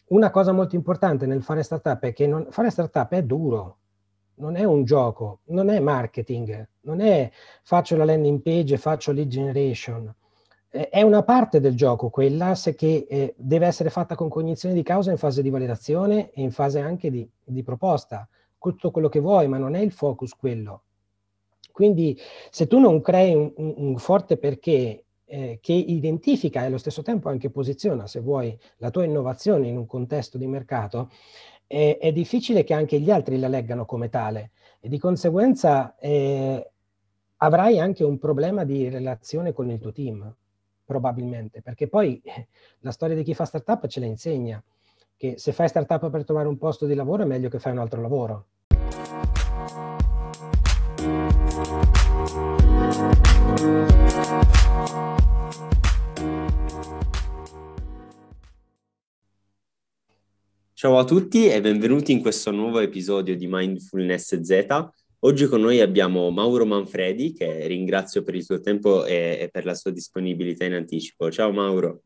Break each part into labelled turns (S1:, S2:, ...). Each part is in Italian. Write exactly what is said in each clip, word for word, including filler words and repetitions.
S1: una cosa molto importante nel fare startup è che non, fare startup è duro, non è un gioco, non è marketing, non è faccio la landing page, faccio lead generation. Eh, È una parte del gioco quella se che eh, deve essere fatta con cognizione di causa in fase di validazione e in fase anche di, di proposta. Tutto quello che vuoi, ma non è il focus quello. Quindi se tu non crei un, un, un forte perché eh, che identifica e allo stesso tempo anche posiziona, se vuoi, la tua innovazione in un contesto di mercato, eh, è difficile che anche gli altri la leggano come tale e di conseguenza eh, avrai anche un problema di relazione con il tuo team, probabilmente, perché poi eh, la storia di chi fa startup ce la insegna, che se fai startup per trovare un posto di lavoro è meglio che fai un altro lavoro.
S2: Ciao a tutti e benvenuti in questo nuovo episodio di Mindfulness Z. Oggi con noi abbiamo Mauro Manfredi, che ringrazio per il suo tempo e, e per la sua disponibilità in anticipo. Ciao Mauro.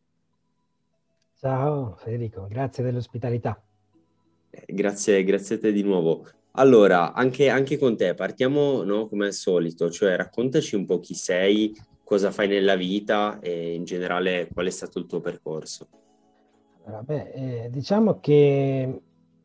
S1: Ciao Federico, grazie dell'ospitalità.
S2: Eh, Grazie, grazie a te di nuovo. Allora, anche, anche con te partiamo, no, come al solito, cioè raccontaci un po' chi sei, cosa fai nella vita e in generale qual è stato il tuo percorso.
S1: Allora, beh, eh, diciamo che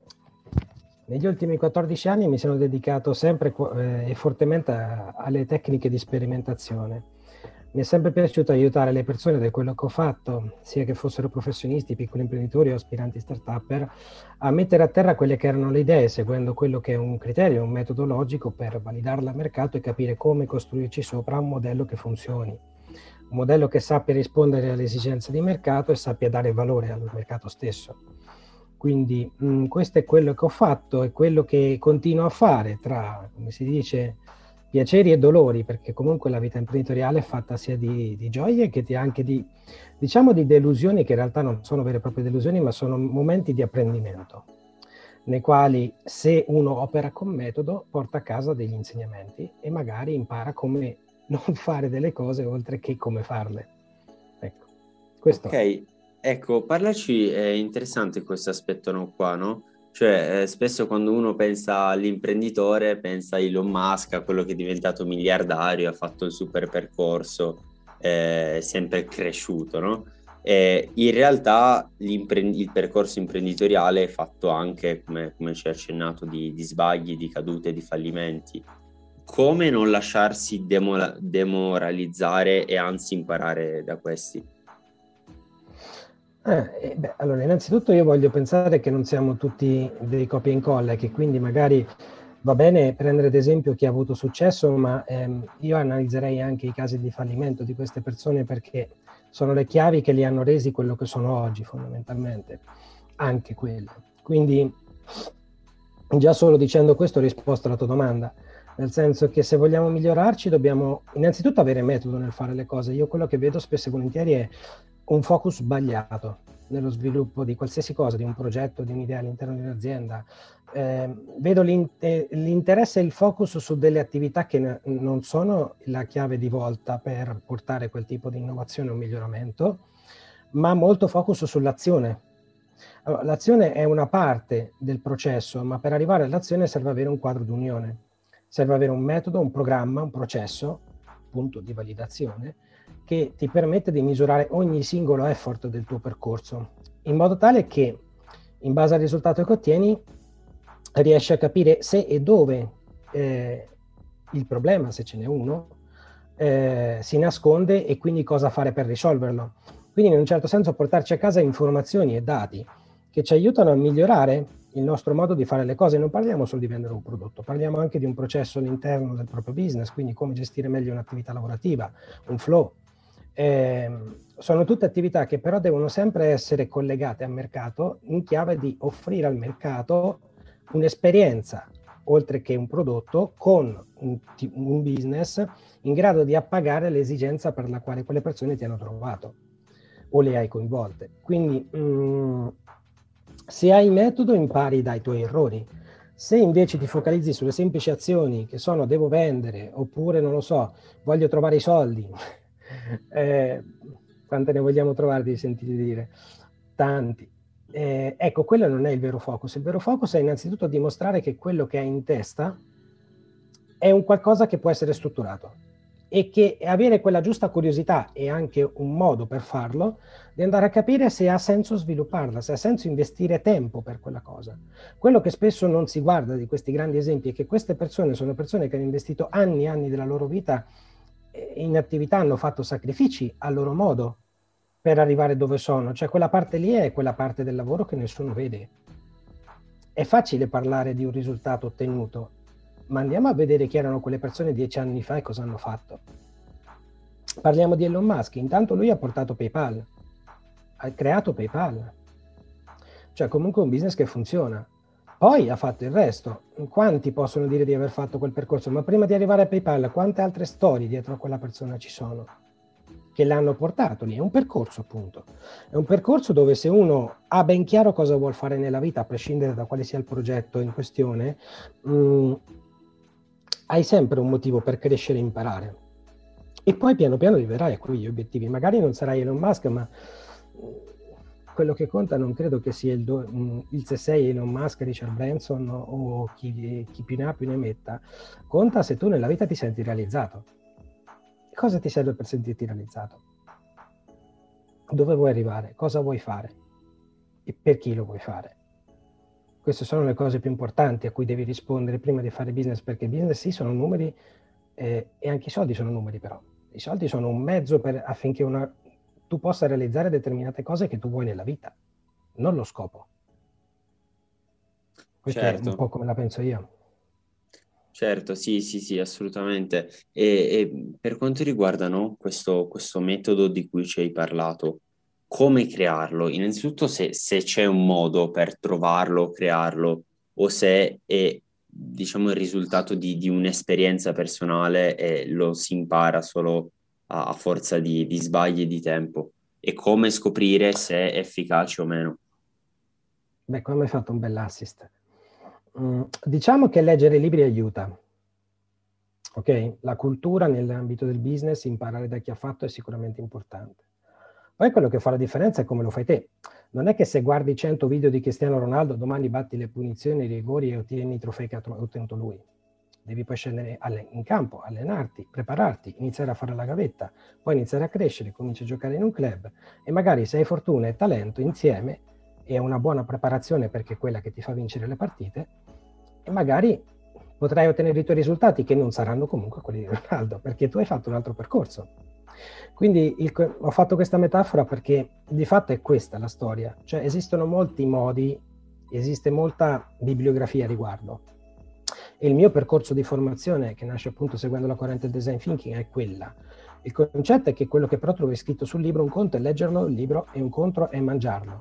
S1: negli ultimi quattordici anni mi sono dedicato sempre eh, e fortemente a, alle tecniche di sperimentazione. Mi è sempre piaciuto aiutare le persone da quello che ho fatto, sia che fossero professionisti, piccoli imprenditori o aspiranti start-upper, a mettere a terra quelle che erano le idee, seguendo quello che è un criterio, un metodo logico per validarla al mercato e capire come costruirci sopra un modello che funzioni. Un modello che sappia rispondere alle esigenze di mercato e sappia dare valore al mercato stesso. Quindi mh, questo è quello che ho fatto e quello che continuo a fare tra, come si dice, piaceri e dolori, perché comunque la vita imprenditoriale è fatta sia di, di gioie che di, anche di, diciamo, di delusioni, che in realtà non sono vere e proprie delusioni, ma sono momenti di apprendimento, nei quali se uno opera con metodo porta a casa degli insegnamenti e magari impara come non fare delle cose oltre che come farle. Ecco, questo è.
S2: Ok, ecco, parlaci, è interessante questo aspetto no, qua, no? Cioè, eh, spesso quando uno pensa all'imprenditore, pensa a Elon Musk, a quello che è diventato miliardario, ha fatto il super percorso, eh, sempre cresciuto, no? E in realtà l'imprend- il percorso imprenditoriale è fatto anche, come, come ci hai accennato, di, di sbagli, di cadute, di fallimenti. Come non lasciarsi demo- demoralizzare e anzi imparare da questi?
S1: Eh, eh, beh, allora, innanzitutto io voglio pensare che non siamo tutti dei copia e incolla e che quindi magari va bene prendere ad esempio chi ha avuto successo, ma ehm, io analizzerei anche i casi di fallimento di queste persone perché sono le chiavi che li hanno resi quello che sono oggi fondamentalmente, anche quelle. Quindi già solo dicendo questo ho risposto alla tua domanda, nel senso che se vogliamo migliorarci dobbiamo innanzitutto avere metodo nel fare le cose. Io quello che vedo spesso e volentieri è un focus sbagliato nello sviluppo di qualsiasi cosa, di un progetto, di un'idea all'interno di un'azienda. Eh, vedo l'inte- l'interesse e il focus su delle attività che n- non sono la chiave di volta per portare quel tipo di innovazione o miglioramento, ma molto focus sull'azione. Allora, l'azione è una parte del processo, ma per arrivare all'azione serve avere un quadro d'unione, serve avere un metodo, un programma, un processo, appunto di validazione, che ti permette di misurare ogni singolo effort del tuo percorso, in modo tale che, in base al risultato che ottieni, riesci a capire se e dove eh, il problema, se ce n'è uno, eh, si nasconde e quindi cosa fare per risolverlo. Quindi in un certo senso portarci a casa informazioni e dati che ci aiutano a migliorare il nostro modo di fare le cose. Non parliamo solo di vendere un prodotto, parliamo anche di un processo all'interno del proprio business, quindi come gestire meglio un'attività lavorativa, un flow. Eh, sono tutte attività che però devono sempre essere collegate al mercato in chiave di offrire al mercato un'esperienza, oltre che un prodotto, con un, un business in grado di appagare l'esigenza per la quale quelle persone ti hanno trovato o le hai coinvolte. Quindi mh, se hai metodo impari dai tuoi errori. Se invece ti focalizzi sulle semplici azioni che sono devo vendere oppure non lo so, voglio trovare i soldi, eh, quante ne vogliamo trovare di sentire dire? Tanti. Eh, ecco, quello non è il vero focus. Il vero focus è innanzitutto dimostrare che quello che hai in testa è un qualcosa che può essere strutturato e che avere quella giusta curiosità e anche un modo per farlo, di andare a capire se ha senso svilupparla, se ha senso investire tempo per quella cosa. Quello che spesso non si guarda di questi grandi esempi è che queste persone sono persone che hanno investito anni e anni della loro vita in attività, hanno fatto sacrifici a loro modo per arrivare dove sono. Cioè quella parte lì è quella parte del lavoro che nessuno vede. È facile parlare di un risultato ottenuto, ma andiamo a vedere chi erano quelle persone dieci anni fa e cosa hanno fatto. Parliamo di Elon Musk. Intanto lui ha portato PayPal, ha creato PayPal, cioè comunque un business che funziona. Poi ha fatto il resto. Quanti possono dire di aver fatto quel percorso? Ma prima di arrivare a PayPal, quante altre storie dietro a quella persona ci sono che l'hanno portato lì? È un percorso, appunto. È un percorso dove se uno ha ben chiaro cosa vuol fare nella vita, a prescindere da quale sia il progetto in questione, mh, hai sempre un motivo per crescere e imparare. E poi piano piano arriverai a quegli obiettivi. Magari non sarai Elon Musk, ma quello che conta non credo che sia il, do, il se sei Elon Musk, Richard Branson o chi, chi più ne ha più ne metta. Conta se tu nella vita ti senti realizzato. Cosa ti serve per sentirti realizzato? Dove vuoi arrivare? Cosa vuoi fare? E per chi lo vuoi fare? Queste sono le cose più importanti a cui devi rispondere prima di fare business, perché business sì sono numeri eh, e anche i soldi sono numeri, però. I soldi sono un mezzo per, affinché una, tu possa realizzare determinate cose che tu vuoi nella vita, non lo scopo. Questo certo. È un po' come la penso io.
S2: Certo, sì, sì, sì, assolutamente. E, e per quanto riguarda, no, questo, questo metodo di cui ci hai parlato, come crearlo? Innanzitutto se, se c'è un modo per trovarlo, crearlo, o se è, diciamo, il risultato di, di un'esperienza personale e lo si impara solo a, a forza di, di sbagli e di tempo, e come scoprire se è efficace o meno.
S1: Beh, come hai fatto un bell'assist. Mm, diciamo che leggere libri aiuta. Ok? La cultura nell'ambito del business, imparare da chi ha fatto è sicuramente importante. Poi quello che fa la differenza è come lo fai te. Non è che se guardi cento video di Cristiano Ronaldo, domani batti le punizioni, i rigori e ottieni i trofei che ha ottenuto lui. Devi poi scendere in campo, allenarti, prepararti, iniziare a fare la gavetta, poi iniziare a crescere, cominci a giocare in un club e magari se hai fortuna e talento insieme e una buona preparazione perché è quella che ti fa vincere le partite, e magari potrai ottenere i tuoi risultati che non saranno comunque quelli di Ronaldo, perché tu hai fatto un altro percorso. Quindi il, ho fatto questa metafora perché di fatto è questa la storia, cioè esistono molti modi, esiste molta bibliografia a riguardo. E il mio percorso di formazione, che nasce appunto seguendo la corrente del design thinking, è quella. Il concetto è che quello che però trovi scritto sul libro, un conto è leggerlo, il libro, e un conto è mangiarlo.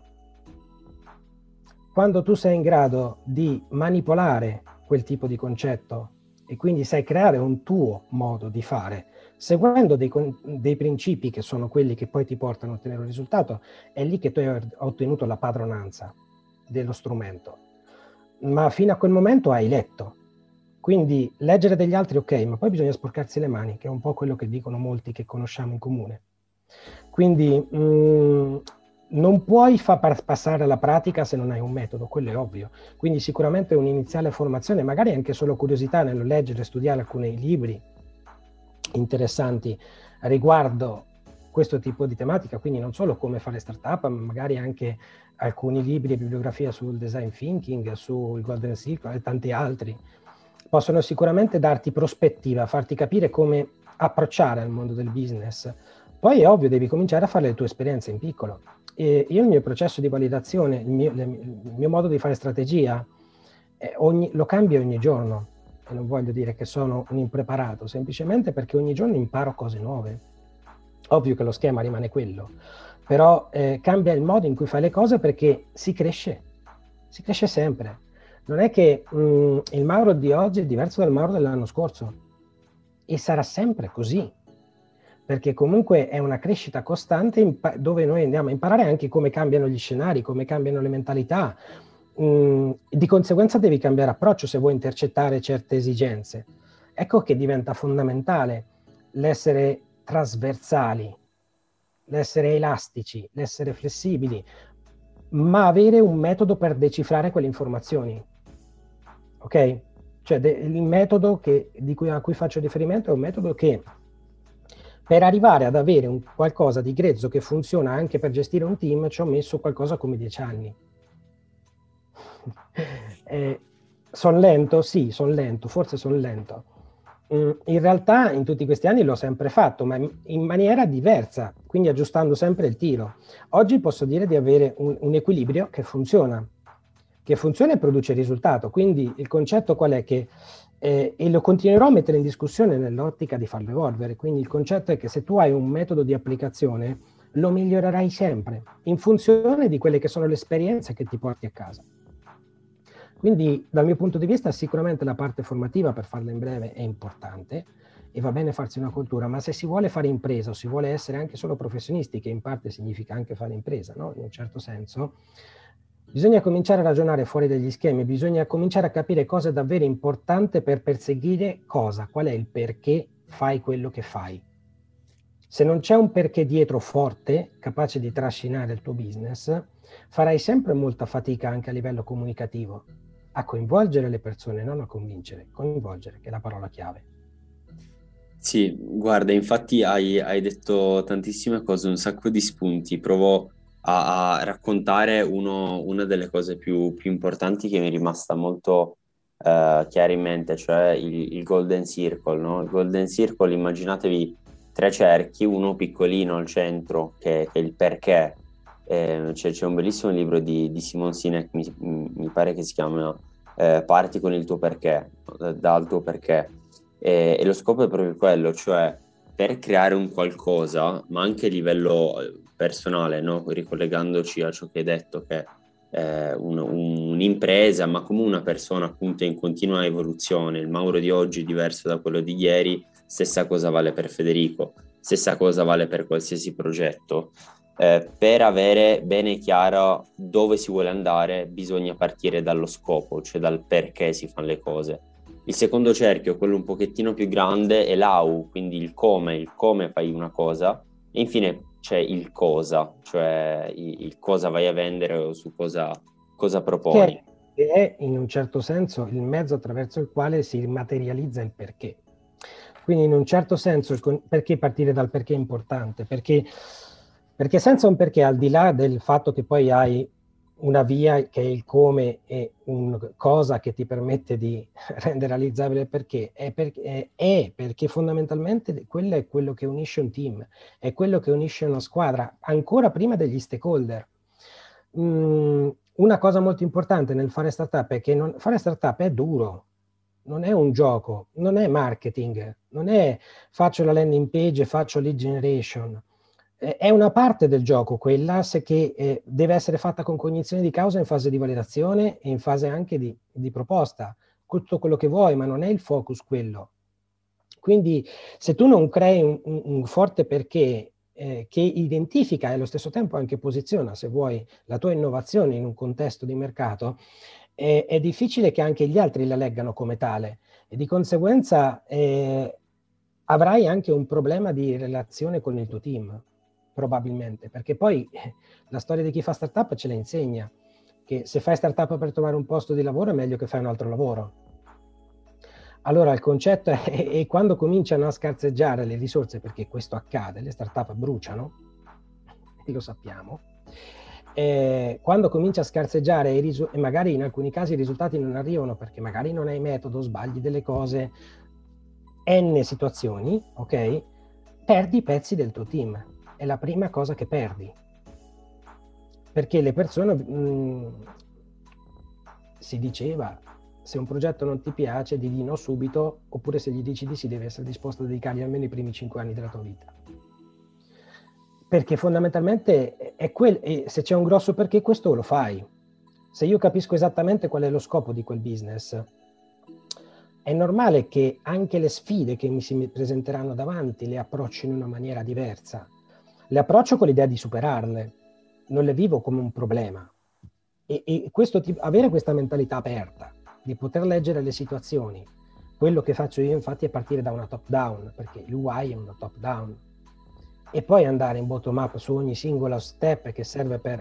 S1: Quando tu sei in grado di manipolare quel tipo di concetto e quindi sai creare un tuo modo di fare, seguendo dei, dei principi che sono quelli che poi ti portano a ottenere un risultato, è lì che tu hai ottenuto la padronanza dello strumento. Ma fino a quel momento hai letto. Quindi leggere degli altri ok, ma poi bisogna sporcarsi le mani, che è un po' quello che dicono molti che conosciamo in comune. Quindi mh, non puoi far passare alla pratica se non hai un metodo, quello è ovvio. Quindi sicuramente un'iniziale formazione, magari anche solo curiosità nel leggere e studiare alcuni libri interessanti riguardo questo tipo di tematica, quindi non solo come fare startup, ma magari anche alcuni libri e bibliografia sul design thinking, sul golden circle e tanti altri, possono sicuramente darti prospettiva, farti capire come approcciare al mondo del business. Poi è ovvio, devi cominciare a fare le tue esperienze in piccolo. E io il mio processo di validazione, il mio, il mio modo di fare strategia, eh, ogni, lo cambio ogni giorno. E non voglio dire che sono un impreparato, semplicemente perché ogni giorno imparo cose nuove. Ovvio che lo schema rimane quello, però eh, cambia il modo in cui fai le cose perché si cresce, si cresce sempre. Non è che mh, il Mauro di oggi è diverso dal Mauro dell'anno scorso e sarà sempre così, perché comunque è una crescita costante dove noi andiamo a imparare anche come cambiano gli scenari, come cambiano le mentalità. Mm, di conseguenza devi cambiare approccio se vuoi intercettare certe esigenze. Ecco che diventa fondamentale l'essere trasversali, l'essere elastici, l'essere flessibili, ma avere un metodo per decifrare quelle informazioni. Ok? Cioè de- il metodo che, di cui, a cui faccio riferimento è un metodo che per arrivare ad avere un qualcosa di grezzo che funziona anche per gestire un team ci ho messo qualcosa come dieci anni. eh, sono lento? Sì, sono lento, forse sono lento. Mm, in realtà in tutti questi anni l'ho sempre fatto, ma in, in maniera diversa, quindi aggiustando sempre il tiro. Oggi posso dire di avere un, un equilibrio che funziona, che funziona e produce risultato. Quindi il concetto qual è? Che, eh, e lo continuerò a mettere in discussione nell'ottica di farlo evolvere, quindi il concetto è che se tu hai un metodo di applicazione lo migliorerai sempre in funzione di quelle che sono le esperienze che ti porti a casa. Quindi dal mio punto di vista sicuramente la parte formativa, per farla in breve, è importante e va bene farsi una cultura, ma se si vuole fare impresa o si vuole essere anche solo professionisti, che in parte significa anche fare impresa, no? In un certo senso, bisogna cominciare a ragionare fuori dagli schemi, bisogna cominciare a capire cosa è davvero importante per perseguire cosa, qual è il perché fai quello che fai. Se non c'è un perché dietro forte, capace di trascinare il tuo business, farai sempre molta fatica anche a livello comunicativo a coinvolgere le persone, non a convincere, coinvolgere, che è la parola chiave.
S2: Sì, guarda, infatti hai, hai detto tantissime cose, un sacco di spunti. Provo a, a raccontare uno- una delle cose più, più importanti che mi è rimasta molto eh, chiara in mente, cioè il, il Golden Circle, no? Il Golden Circle, immaginatevi tre cerchi, uno piccolino al centro, che, che è il perché. Eh, c'è, c'è un bellissimo libro di, di Simon Sinek, mi, mi pare che si chiama eh, Parti con il tuo perché, dal tuo perché. E, e lo scopo è proprio quello, cioè per creare un qualcosa, ma anche a livello eh, personale, no? Ricollegandoci a ciò che hai detto, che è un- un'impresa, ma come una persona appunto in continua evoluzione. Il Mauro di oggi è diverso da quello di ieri, stessa cosa vale per Federico, stessa cosa vale per qualsiasi progetto. Eh, per avere bene chiaro dove si vuole andare, bisogna partire dallo scopo, cioè dal perché si fanno le cose. Il secondo cerchio, quello un pochettino più grande, è l'H U, quindi il come, il come fai una cosa, e infine c'è il cosa, cioè il, il cosa vai a vendere o su cosa, cosa proponi.
S1: Che è in un certo senso il mezzo attraverso il quale si materializza il perché. Quindi in un certo senso il con- perché partire dal perché è importante? Perché, perché senza un perché, al di là del fatto che poi hai una via che è il come e una cosa che ti permette di rendere realizzabile il perché, è perché, è perché fondamentalmente quello è quello che unisce un team, è quello che unisce una squadra, ancora prima degli stakeholder. Mm, una cosa molto importante nel fare startup è che non, fare startup è duro, non è un gioco, non è marketing, non è faccio la landing page e faccio lead generation. Eh, è una parte del gioco quella se che eh, deve essere fatta con cognizione di causa in fase di validazione e in fase anche di, di proposta. Tutto quello che vuoi, ma non è il focus quello. Quindi se tu non crei un, un, un forte perché eh, che identifica e allo stesso tempo anche posiziona, se vuoi, la tua innovazione in un contesto di mercato, eh, è difficile che anche gli altri la leggano come tale e di conseguenza eh, avrai anche un problema di relazione con il tuo team, probabilmente, perché poi eh, la storia di chi fa startup ce la insegna, che se fai startup per trovare un posto di lavoro è meglio che fai un altro lavoro. Allora il concetto è, e quando cominciano a scarseggiare le risorse, perché questo accade, le startup bruciano, e lo sappiamo, eh, quando comincia a scarseggiare e, risu- e magari in alcuni casi i risultati non arrivano perché magari non hai metodo, sbagli delle cose, n situazioni, ok? Perdi i pezzi del tuo team, è la prima cosa che perdi. Perché le persone, mh, si diceva, se un progetto non ti piace, digli no subito, oppure se gli dici di sì, devi essere disposto a dedicargli almeno i primi cinque anni della tua vita. Perché fondamentalmente è quel, e se c'è un grosso perché, questo lo fai. Se io capisco esattamente qual è lo scopo di quel business, è normale che anche le sfide che mi si presenteranno davanti le approccio in una maniera diversa. Le approccio con l'idea di superarle, non le vivo come un problema. E, e questo, avere questa mentalità aperta, di poter leggere le situazioni, quello che faccio io infatti è partire da una top down, perché l'U I è una top down, e poi andare in bottom up su ogni singolo step che serve per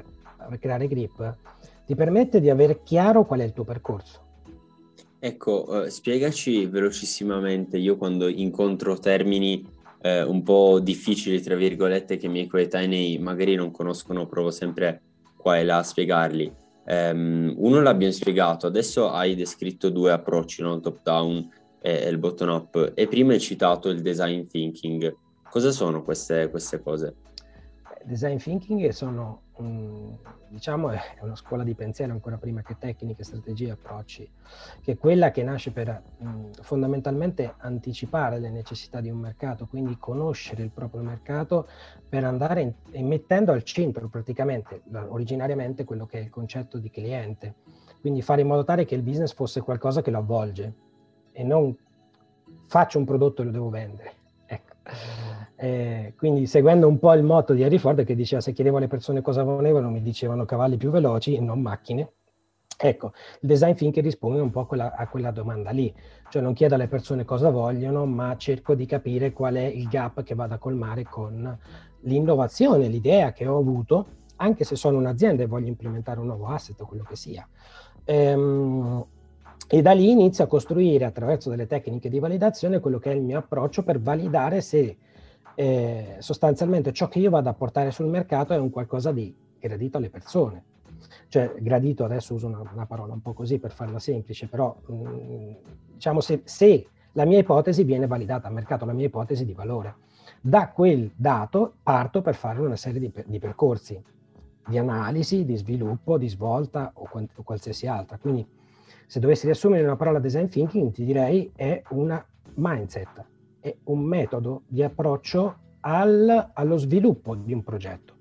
S1: a creare grip, ti permette di avere chiaro qual è il tuo percorso.
S2: Ecco, eh, spiegaci velocissimamente, io quando incontro termini eh, un po' difficili, tra virgolette, che i miei coetanei magari non conoscono, provo sempre qua e là a spiegarli. Um, uno l'abbiamo spiegato, adesso hai descritto due approcci, no? Il top down e il bottom up, e prima hai citato il design thinking. Cosa sono queste, queste cose?
S1: Design thinking sono, um, diciamo, è una scuola di pensiero ancora prima che tecniche, strategie, approcci, che è quella che nasce per um, fondamentalmente anticipare le necessità di un mercato, quindi conoscere il proprio mercato per andare in, in mettendo al centro praticamente, originariamente, quello che è il concetto di cliente, quindi fare in modo tale che il business fosse qualcosa che lo avvolge e non faccio un prodotto e lo devo vendere. Ecco. Eh, quindi seguendo un po' il motto di Henry Ford che diceva: se chiedevo alle persone cosa volevano mi dicevano cavalli più veloci e non macchine. Ecco, il design thinking risponde un po' a quella, a quella domanda lì, cioè non chiedo alle persone cosa vogliono, ma cerco di capire qual è il gap che vado a colmare con l'innovazione, l'idea che ho avuto, anche se sono un'azienda e voglio implementare un nuovo asset o quello che sia. Ehm, E da lì inizio a costruire, attraverso delle tecniche di validazione, quello che è il mio approccio per validare se eh, sostanzialmente ciò che io vado a portare sul mercato è un qualcosa di gradito alle persone. Cioè, gradito, adesso uso una, una parola un po' così per farla semplice, però mh, diciamo se, se la mia ipotesi viene validata al mercato, la mia ipotesi di valore. Da quel dato parto per fare una serie di, di percorsi, di analisi, di sviluppo, di svolta o, o qualsiasi altra. Quindi, se dovessi riassumere in una parola design thinking, ti direi è una mindset, è un metodo di approccio al, allo sviluppo di un progetto,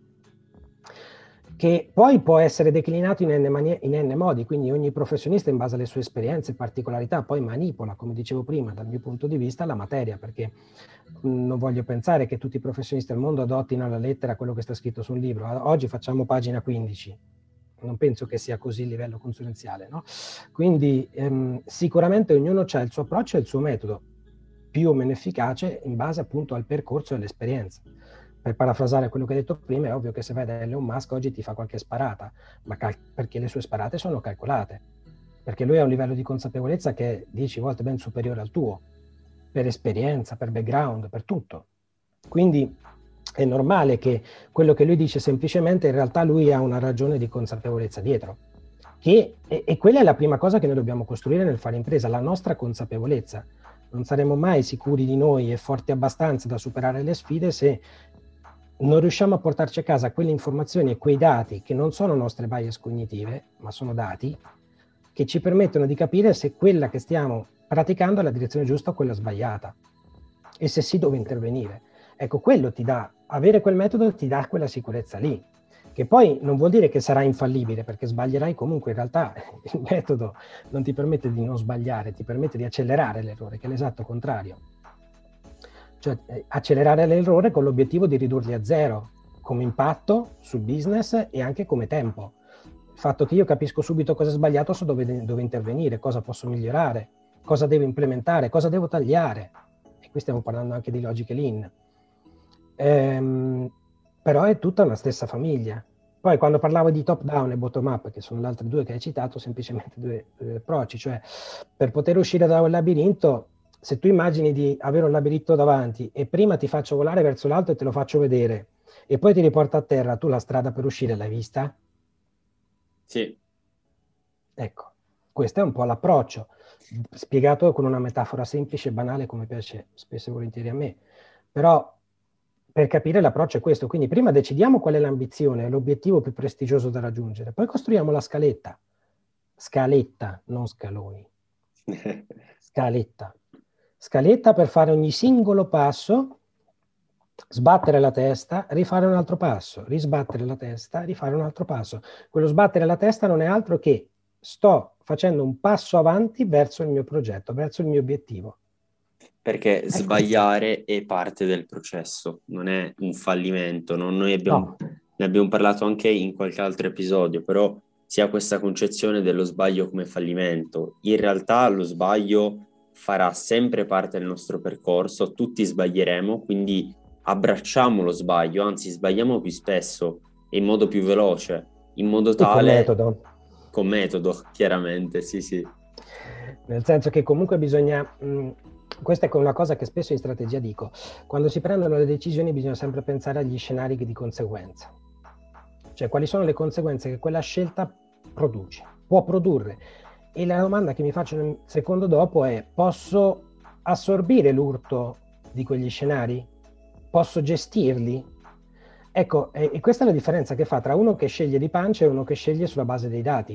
S1: che poi può essere declinato in n, manie- in n modi, quindi ogni professionista in base alle sue esperienze e particolarità poi manipola, come dicevo prima, dal mio punto di vista, la materia, perché mh, non voglio pensare che tutti i professionisti al mondo adottino alla lettera quello che sta scritto sul libro. Oggi facciamo pagina quindici. Non penso che sia così a livello consulenziale, no? Quindi ehm, sicuramente ognuno ha il suo approccio e il suo metodo, più o meno efficace in base appunto al percorso e all'esperienza. Per parafrasare quello che hai detto prima, è ovvio che se vai da Elon Musk oggi ti fa qualche sparata, ma cal- perché le sue sparate sono calcolate, perché lui ha un livello di consapevolezza che è dieci volte ben superiore al tuo, per esperienza, per background, per tutto. Quindi è normale che quello che lui dice semplicemente in realtà lui ha una ragione di consapevolezza dietro. Che, e, e quella è la prima cosa che noi dobbiamo costruire nel fare impresa, la nostra consapevolezza. Non saremo mai sicuri di noi e forti abbastanza da superare le sfide se non riusciamo a portarci a casa quelle informazioni e quei dati che non sono nostre bias cognitive, ma sono dati che ci permettono di capire se quella che stiamo praticando è la direzione giusta o quella sbagliata e se sì dove intervenire. Ecco, quello ti dà, avere quel metodo ti dà quella sicurezza lì, che poi non vuol dire che sarà infallibile, perché sbaglierai comunque. In realtà il metodo non ti permette di non sbagliare, ti permette di accelerare l'errore, che è l'esatto contrario. Cioè eh, accelerare l'errore con l'obiettivo di ridurli a zero, come impatto sul business e anche come tempo. Il fatto che io capisco subito cosa è sbagliato, so dove, dove intervenire, cosa posso migliorare, cosa devo implementare, cosa devo tagliare. E qui stiamo parlando anche di logiche lean. Ehm, però è tutta una stessa famiglia. Poi quando parlavo di top down e bottom up, che sono le altre due che hai citato, semplicemente due, due approcci, cioè per poter uscire da un labirinto, se tu immagini di avere un labirinto davanti e prima ti faccio volare verso l'alto e te lo faccio vedere e poi ti riporto a terra, tu la strada per uscire l'hai vista?
S2: Sì.
S1: Ecco, questo è un po' l'approccio, spiegato con una metafora semplice e banale come piace spesso e volentieri a me, però per capire l'approccio è questo. Quindi prima decidiamo qual è l'ambizione, l'obiettivo più prestigioso da raggiungere, poi costruiamo la scaletta, scaletta, non scaloni, scaletta, scaletta per fare ogni singolo passo, sbattere la testa, rifare un altro passo, risbattere la testa, rifare un altro passo. Quello sbattere la testa non è altro che sto facendo un passo avanti verso il mio progetto, verso il mio obiettivo.
S2: Perché
S1: Ecco.
S2: Sbagliare è parte del processo, non è un fallimento. Non, noi abbiamo, no. Ne abbiamo parlato anche in qualche altro episodio, però si ha questa concezione dello sbaglio come fallimento. In realtà lo sbaglio farà sempre parte del nostro percorso, tutti sbaglieremo, quindi abbracciamo lo sbaglio, anzi sbagliamo più spesso e in modo più veloce. in modo
S1: E con
S2: tale,
S1: metodo.
S2: con metodo, chiaramente, sì, sì.
S1: Nel senso che comunque bisogna, mh, questa è una cosa che spesso in strategia dico, quando si prendono le decisioni bisogna sempre pensare agli scenari di conseguenza. Cioè quali sono le conseguenze che quella scelta produce, può produrre. E la domanda che mi faccio nel secondo dopo è: posso assorbire l'urto di quegli scenari? Posso gestirli? Ecco, e, e questa è la differenza che fa tra uno che sceglie di pancia e uno che sceglie sulla base dei dati.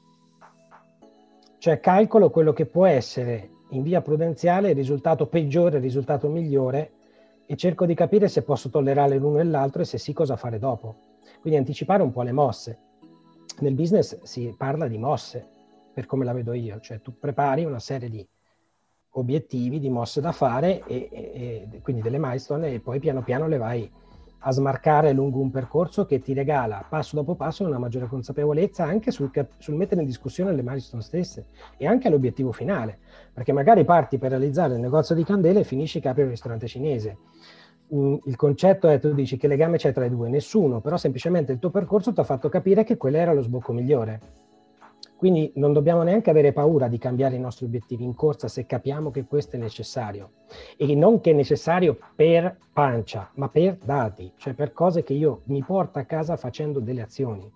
S1: Cioè calcolo quello che può essere in via prudenziale il risultato peggiore, il risultato migliore, e cerco di capire se posso tollerare l'uno e l'altro e se sì cosa fare dopo. Quindi anticipare un po' le mosse. Nel business si parla di mosse, per come la vedo io, cioè tu prepari una serie di obiettivi, di mosse da fare e, e, e quindi delle milestone, e poi piano piano le vai a smarcare lungo un percorso che ti regala passo dopo passo una maggiore consapevolezza anche sul, sul mettere in discussione le milestone stesse e anche all'obiettivo finale, perché magari parti per realizzare il negozio di candele e finisci che apri un ristorante cinese. Il concetto è, tu dici, che legame c'è tra i due? Nessuno, però semplicemente il tuo percorso ti ha fatto capire che quello era lo sbocco migliore. Quindi non dobbiamo neanche avere paura di cambiare i nostri obiettivi in corsa se capiamo che questo è necessario. E non che è necessario per pancia, ma per dati, cioè per cose che io mi porto a casa facendo delle azioni.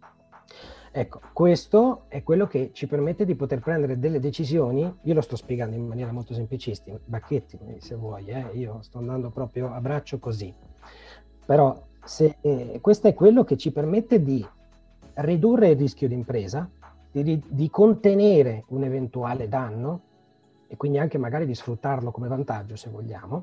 S1: Ecco, questo è quello che ci permette di poter prendere delle decisioni. Io lo sto spiegando in maniera molto semplicistica, Bacchetti se vuoi, eh? Io sto andando proprio a braccio così. Però se, eh, questo è quello che ci permette di ridurre il rischio di impresa, di, di contenere un eventuale danno e quindi anche magari di sfruttarlo come vantaggio se vogliamo,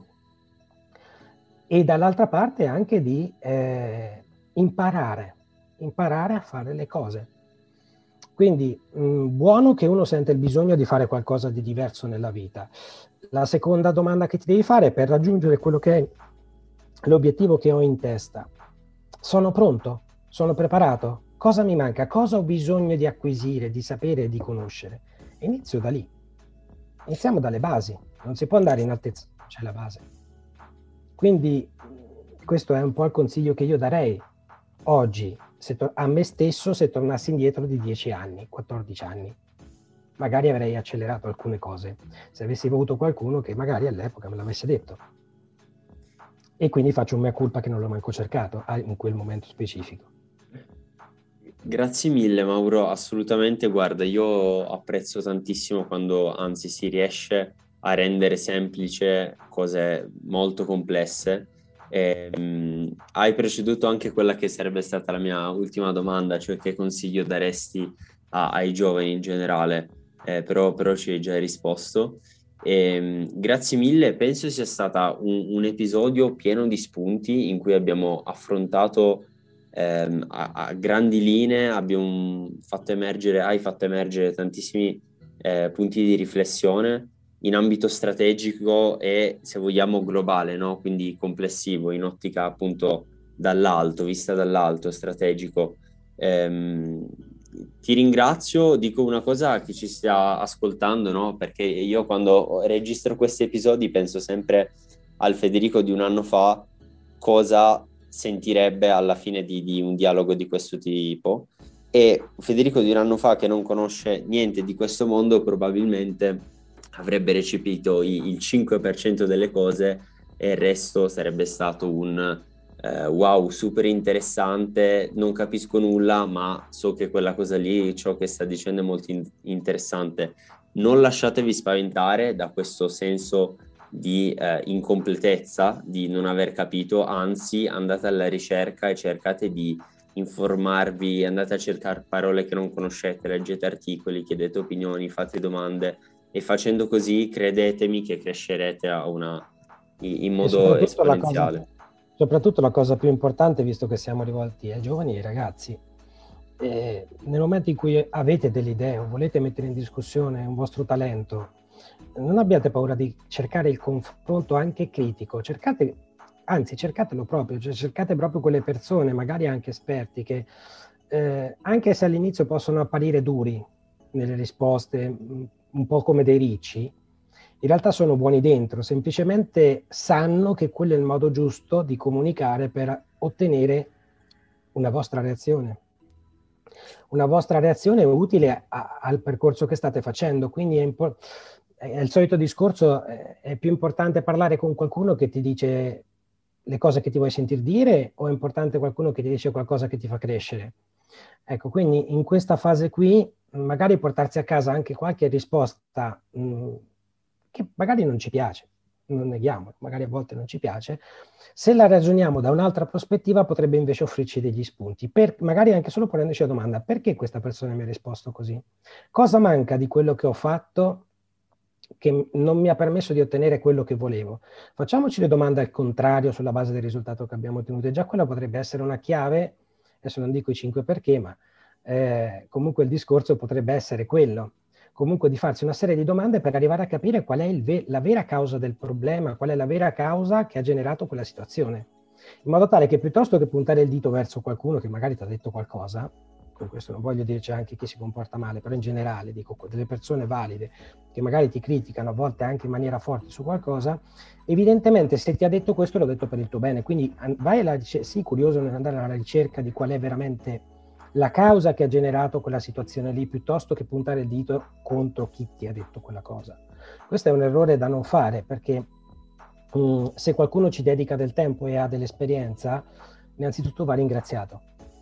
S1: e dall'altra parte anche di eh, imparare, imparare a fare le cose. Quindi mh, buono che uno sente il bisogno di fare qualcosa di diverso nella vita. La seconda domanda che ti devi fare è: per raggiungere quello che è l'obiettivo che ho in testa, sono pronto? Sono preparato? Cosa mi manca? Cosa ho bisogno di acquisire, di sapere e di conoscere? E inizio da lì. Iniziamo dalle basi. Non si può andare in altezza, c'è la base. Quindi questo è un po' il consiglio che io darei oggi se to- a me stesso se tornassi indietro di dieci anni, quattordici anni. Magari avrei accelerato alcune cose se avessi avuto qualcuno che magari all'epoca me l'avesse detto. E quindi faccio un mea culpa che non l'ho manco cercato in quel momento specifico.
S2: Grazie mille Mauro, assolutamente, guarda, io apprezzo tantissimo quando anzi si riesce a rendere semplice cose molto complesse. E, mh, hai preceduto anche quella che sarebbe stata la mia ultima domanda, cioè che consiglio daresti a- ai giovani in generale, eh, però, però ci hai già risposto. E, mh, grazie mille, penso sia stato un, un episodio pieno di spunti in cui abbiamo affrontato ehm, a, a grandi linee, abbiamo fatto emergere, hai fatto emergere tantissimi eh, punti di riflessione in ambito strategico e, se vogliamo, globale, no? Quindi complessivo, in ottica appunto dall'alto, vista dall'alto, strategico. Ehm, ti ringrazio, dico una cosa a chi ci sta ascoltando, no? Perché io quando registro questi episodi penso sempre al Federico di un anno fa, cosa sentirebbe alla fine di, di un dialogo di questo tipo, e Federico di un anno fa, che non conosce niente di questo mondo, probabilmente avrebbe recepito i, il cinque per cento delle cose e il resto sarebbe stato un eh, wow, super interessante, non capisco nulla, ma so che quella cosa lì, ciò che sta dicendo è molto in- interessante. Non lasciatevi spaventare da questo senso di eh, incompletezza, di non aver capito, anzi andate alla ricerca e cercate di informarvi, andate a cercare parole che non conoscete, leggete articoli, chiedete opinioni, fate domande, e facendo così credetemi che crescerete a una, in
S1: E
S2: modo
S1: soprattutto la cosa,
S2: esponenziale.
S1: soprattutto la cosa più importante, visto che siamo rivolti ai giovani e ai ragazzi, eh, nel momento in cui avete delle idee o volete mettere in discussione un vostro talento, non abbiate paura di cercare il confronto anche critico, cercate, anzi cercatelo proprio, cioè cercate proprio quelle persone, magari anche esperti, che eh, anche se all'inizio possono apparire duri nelle risposte, un po' come dei ricci, in realtà sono buoni dentro, semplicemente sanno che quello è il modo giusto di comunicare per ottenere una vostra reazione. una vostra reazione utile a, al percorso che state facendo. Quindi è, impo- è il solito discorso, è più importante parlare con qualcuno che ti dice le cose che ti vuoi sentir dire, o è importante qualcuno che ti dice qualcosa che ti fa crescere? Ecco, quindi in questa fase qui magari portarsi a casa anche qualche risposta mh, che magari non ci piace, non neghiamo, magari a volte non ci piace, se la ragioniamo da un'altra prospettiva potrebbe invece offrirci degli spunti, per, magari anche solo ponendoci la domanda: perché questa persona mi ha risposto così? Cosa manca di quello che ho fatto che non mi ha permesso di ottenere quello che volevo? Facciamoci le domande al contrario sulla base del risultato che abbiamo ottenuto, e già quella potrebbe essere una chiave. Adesso non dico i cinque perché, ma eh, comunque il discorso potrebbe essere quello. Comunque di farsi una serie di domande per arrivare a capire qual è il ve- la vera causa del problema, qual è la vera causa che ha generato quella situazione. In modo tale che piuttosto che puntare il dito verso qualcuno che magari ti ha detto qualcosa, con questo non voglio dire c'è anche chi si comporta male, però in generale dico delle persone valide che magari ti criticano a volte anche in maniera forte su qualcosa, evidentemente se ti ha detto questo l'ho detto per il tuo bene, quindi vai alla ricerca, sii curioso nell'andare alla ricerca di qual è veramente la causa che ha generato quella situazione lì, piuttosto che puntare il dito contro chi ti ha detto quella cosa. Questo è un errore da non fare, perché mh, se qualcuno ci dedica del tempo e ha dell'esperienza, innanzitutto va ringraziato.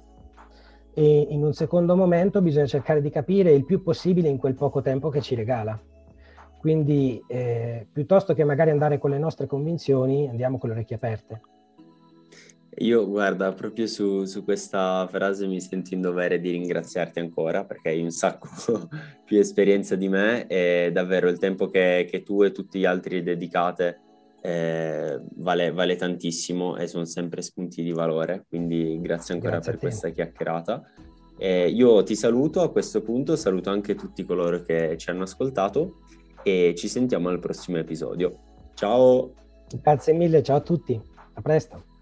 S1: E in un secondo momento bisogna cercare di capire il più possibile in quel poco tempo che ci regala. Quindi eh, piuttosto che magari andare con le nostre convinzioni, andiamo con le orecchie aperte.
S2: Io, guarda, proprio su, su questa frase mi sento in dovere di ringraziarti ancora, perché hai un sacco più esperienza di me e davvero il tempo che, che tu e tutti gli altri dedicate eh, vale, vale tantissimo e sono sempre spunti di valore, quindi grazie ancora
S1: Grazie a
S2: per
S1: te.
S2: questa chiacchierata. Eh, io ti saluto a questo punto, saluto anche tutti coloro che ci hanno ascoltato e ci sentiamo al prossimo episodio. Ciao!
S1: Grazie mille, ciao a tutti, a presto.